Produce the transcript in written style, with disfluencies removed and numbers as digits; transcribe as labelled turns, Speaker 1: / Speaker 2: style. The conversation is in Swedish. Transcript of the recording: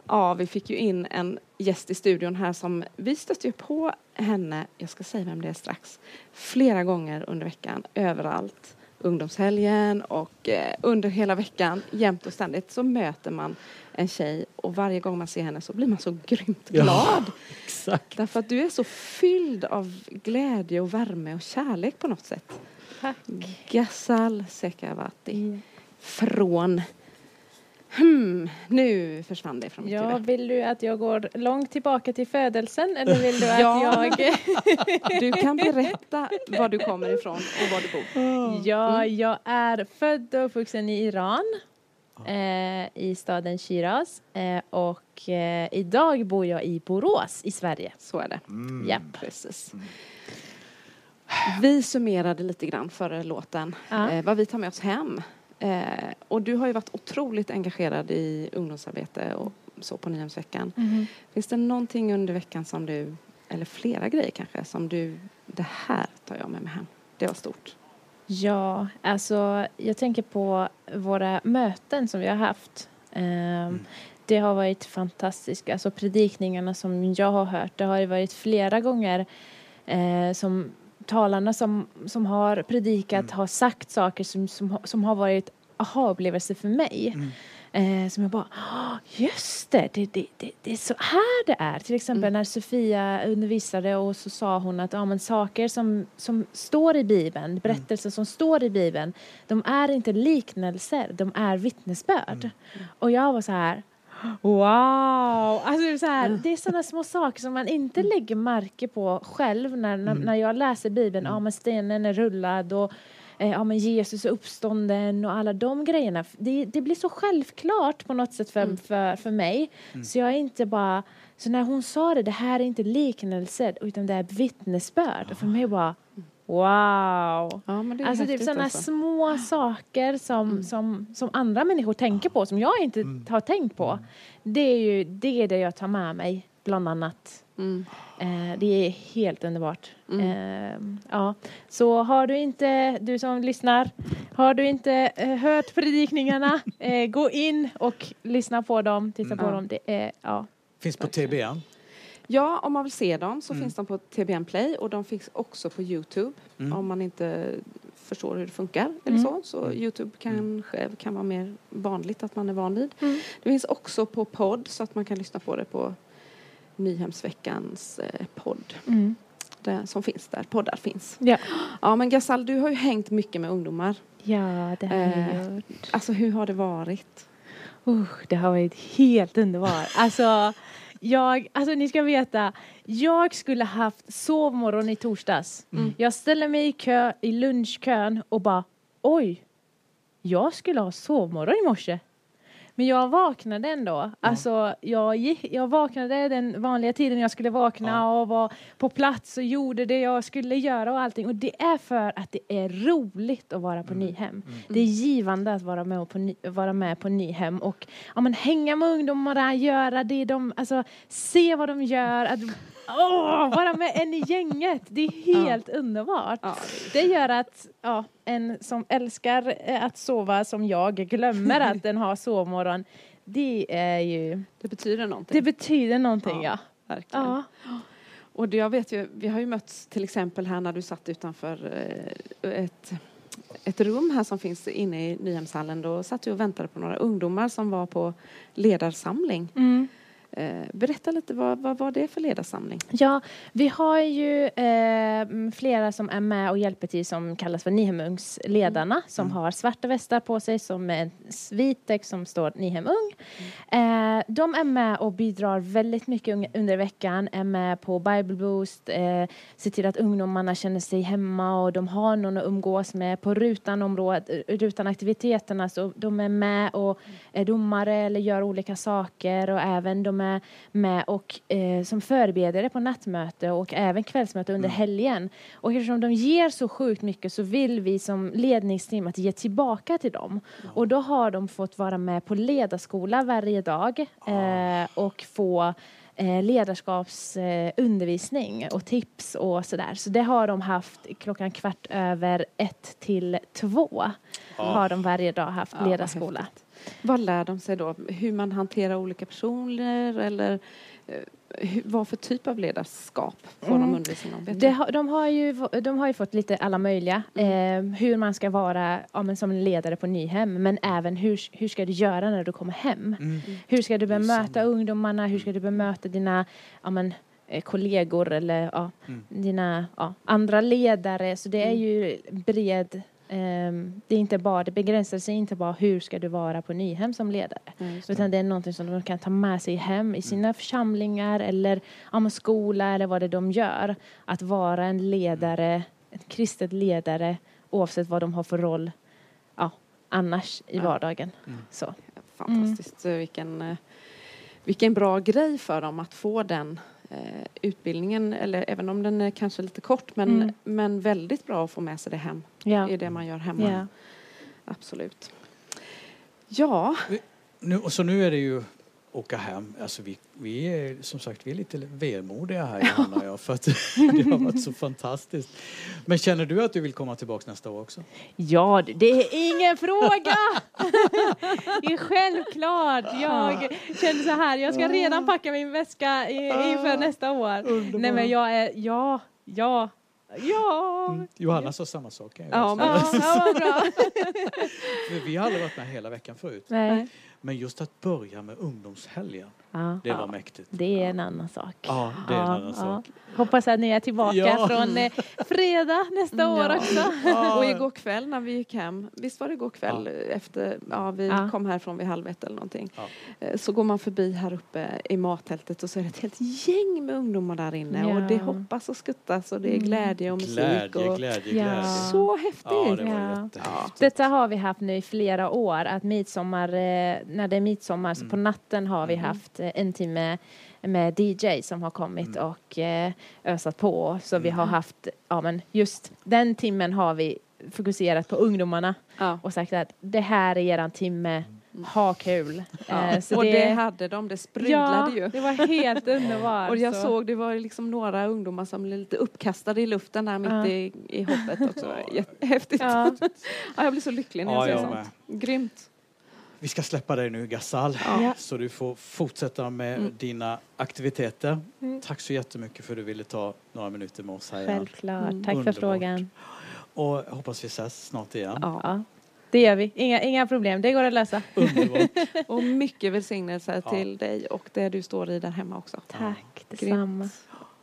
Speaker 1: Ja, vi fick ju in en gäst i studion här som vi stötte ju på henne, jag ska säga vem det är strax, flera gånger under veckan, överallt. Ungdomshelgen och under hela veckan, jämt och ständigt, så möter man en tjej och varje gång man ser henne så blir man så grymt glad.
Speaker 2: Ja, exakt.
Speaker 1: Därför att du är så fylld av glädje och värme och kärlek på något sätt.
Speaker 3: Tack.
Speaker 1: Ghazal Sekawati från... nu försvann det från mitt huvud.
Speaker 3: Vill du att jag går långt tillbaka till födelsen eller vill du att jag...
Speaker 1: Du kan berätta var du kommer ifrån och var du bor.
Speaker 3: Ja, jag är född och uppvuxen i Iran. I staden Shiraz. Och idag bor jag i Borås i Sverige.
Speaker 1: Så är det.
Speaker 3: Ja,
Speaker 1: precis. Vi summerade lite grann före låten vad vi tar med oss hem. Och du har ju varit otroligt engagerad i ungdomsarbete och så på Nyhemsveckan. Finns det någonting under veckan som du, eller flera grejer kanske, som du, det här tar jag med mig hem. Det var stort.
Speaker 3: Ja, alltså jag tänker på våra möten som vi har haft. Det har varit fantastiska. Alltså predikningarna som jag har hört. Det har ju varit flera gånger som talarna som har predikat har sagt saker som har varit aha-upplevelser för mig. Som jag bara, just det är så här det är. Till exempel när Sofia undervisade och så sa hon att men saker som står i Bibeln, berättelser som står i Bibeln, de är inte liknelser, de är vittnesbörd. Och jag var så här, wow! Alltså så här, det är sådana små saker som man inte lägger märke på själv när jag läser Bibeln. Men stenen är rullad och men Jesus är uppstånden och alla de grejerna. Det blir så självklart på något sätt för mig. Så jag är inte bara... Så när hon sa det här är inte liknelser utan det är vittnesbörd. Och för mig bara... Wow!
Speaker 1: Ja, men det är
Speaker 3: alltså det är sådana små saker som andra människor tänker på. Som jag inte har tänkt på. Det är det jag tar med mig. Bland annat. Det är helt underbart. Ja. Så har du inte, du som lyssnar, har du inte hört predikningarna, gå in och lyssna på dem, titta på dem. Det är,
Speaker 2: finns på TBN.
Speaker 1: Ja, om man vill se dem så finns de på TBN Play och de finns också på YouTube. Om man inte förstår hur det funkar eller så YouTube kanske kan vara mer vanligt att man är van vid. Det finns också på podd så att man kan lyssna på det på Nyhemsveckans podd. Som finns där. Poddar finns. Ja, men Ghazal, du har ju hängt mycket med ungdomar.
Speaker 3: Ja, det har jag gjort.
Speaker 1: Alltså, hur har det varit?
Speaker 3: Det har varit helt underbart. Alltså, ni ska veta, jag skulle haft sovmorgon i torsdags. Jag ställer mig i lunchkön och bara, oj, jag skulle ha sovmorgon i morse. Men jag vaknade ändå. Alltså, jag vaknade den vanliga tiden jag skulle vakna och var på plats och gjorde det jag skulle göra och allting. Och det är för att det är roligt att vara på Nyhem. Det är givande att vara med på Nyhem. Och hänga med ungdomar, göra det se vad de gör. Vara med en i gänget. Det är helt underbart. Det gör att en som älskar att sova som jag glömmer att den har sovmorgon. Det betyder någonting. Det betyder någonting, ja.
Speaker 1: Verkligen. Ja. Och jag vet ju, vi har ju mötts till exempel här när du satt utanför ett rum här som finns inne i Nyhemshallen. Då satt du och väntade på några ungdomar som var på ledarsamling. Berätta lite, vad var det för ledarsamling?
Speaker 3: Ja, vi har ju flera som är med och hjälper till som kallas för Nyhemungsledarna som har svarta västar på sig som en svitek som står Nyhemung. De är med och bidrar väldigt mycket under veckan, är med på Bible Boost, ser till att ungdomarna känner sig hemma och de har någon att umgås med på rutanaktiviteterna, så de är med och är domare eller gör olika saker, och även de är med och som förberedare på nattmöte och även kvällsmöte under helgen. Och eftersom de ger så sjukt mycket så vill vi som ledningsteam att ge tillbaka till dem. Och då har de fått vara med på ledarskola varje dag och få ledarskapsundervisning och tips och sådär. Så det har de haft 1:15 till 2 har de varje dag haft ledarskola.
Speaker 1: Vad lär de sig då? Hur man hanterar olika personer eller vad för typ av ledarskap får de undervisning om?
Speaker 3: De har ju fått lite alla möjliga. Hur man ska vara som ledare på Nyhem. Men även hur ska du göra när du kommer hem? Hur ska du bemöta ungdomarna? Hur ska du bemöta dina kollegor eller dina andra ledare? Så det är ju bred. Det är inte bara, det begränsar sig inte bara hur ska du vara på Nyhem som ledare. Utan det är någonting som de kan ta med sig hem i sina församlingar eller skola eller vad det de gör. Att vara en ledare, en kristet ledare oavsett vad de har för roll annars i vardagen. Så.
Speaker 1: Fantastiskt. Vilken bra grej för dem att få den utbildningen, eller även om den är kanske lite kort men väldigt bra att få med sig det hem i det man gör hemma. Absolut. Ja.
Speaker 2: Nu är det ju åka hem. Alltså vi är som sagt vi är lite vemodiga här, Johanna och jag, för att det har varit så fantastiskt. Men känner du att du vill komma tillbaka nästa år också?
Speaker 3: Ja, det är ingen fråga. Det är självklart. Jag känner så här, jag ska redan packa min väska inför nästa år.
Speaker 2: Underbar.
Speaker 3: Nej, men jag är ja.
Speaker 2: Johanna sa samma sak.
Speaker 3: Vad bra.
Speaker 2: För vi har aldrig varit med hela veckan förut.
Speaker 3: Nej.
Speaker 2: Men just att börja med ungdomshelgen, det var mäktigt.
Speaker 3: Det är en annan sak.
Speaker 2: Ja, det är en annan sak.
Speaker 3: Hoppas att ni är tillbaka från fredag nästa år också.
Speaker 1: Och igår kväll när vi gick hem, visst var det igår kväll efter, vi kom härifrån vid 12:30 eller någonting. Så går man förbi här uppe i mattältet och så är det ett helt gäng med ungdomar där inne. Och det hoppas och skuttas och det är glädje och musik.
Speaker 2: Glädje.
Speaker 1: Så häftigt.
Speaker 2: Ja, det var jättehäftigt.
Speaker 3: Detta har vi haft nu i flera år. Att midsommar, när det är midsommar så på natten har vi haft en timme med DJ som har kommit och ösat på. Så vi har haft, men just den timmen har vi fokuserat på ungdomarna och sagt att det här är eran timme. Ha kul.
Speaker 1: Så och det hade de, det sprudlade ju.
Speaker 3: Det var helt underbart.
Speaker 1: Och jag såg, det var liksom några ungdomar som blev lite uppkastade i luften där mitt i hoppet också. Häftigt. Jag blir så lycklig när jag ser sånt. Grymt.
Speaker 2: Vi ska släppa dig nu, Gassal, så du får fortsätta med dina aktiviteter. Tack så jättemycket för att du ville ta några minuter med oss här.
Speaker 3: Självklart. Tack för frågan.
Speaker 2: Och jag hoppas vi ses snart igen.
Speaker 3: Ja. Det gör vi. Inga problem. Det går att lösa.
Speaker 2: Underbart.
Speaker 1: Och mycket välsignelse till dig och det du står i där hemma också.
Speaker 3: Tack, detsamma.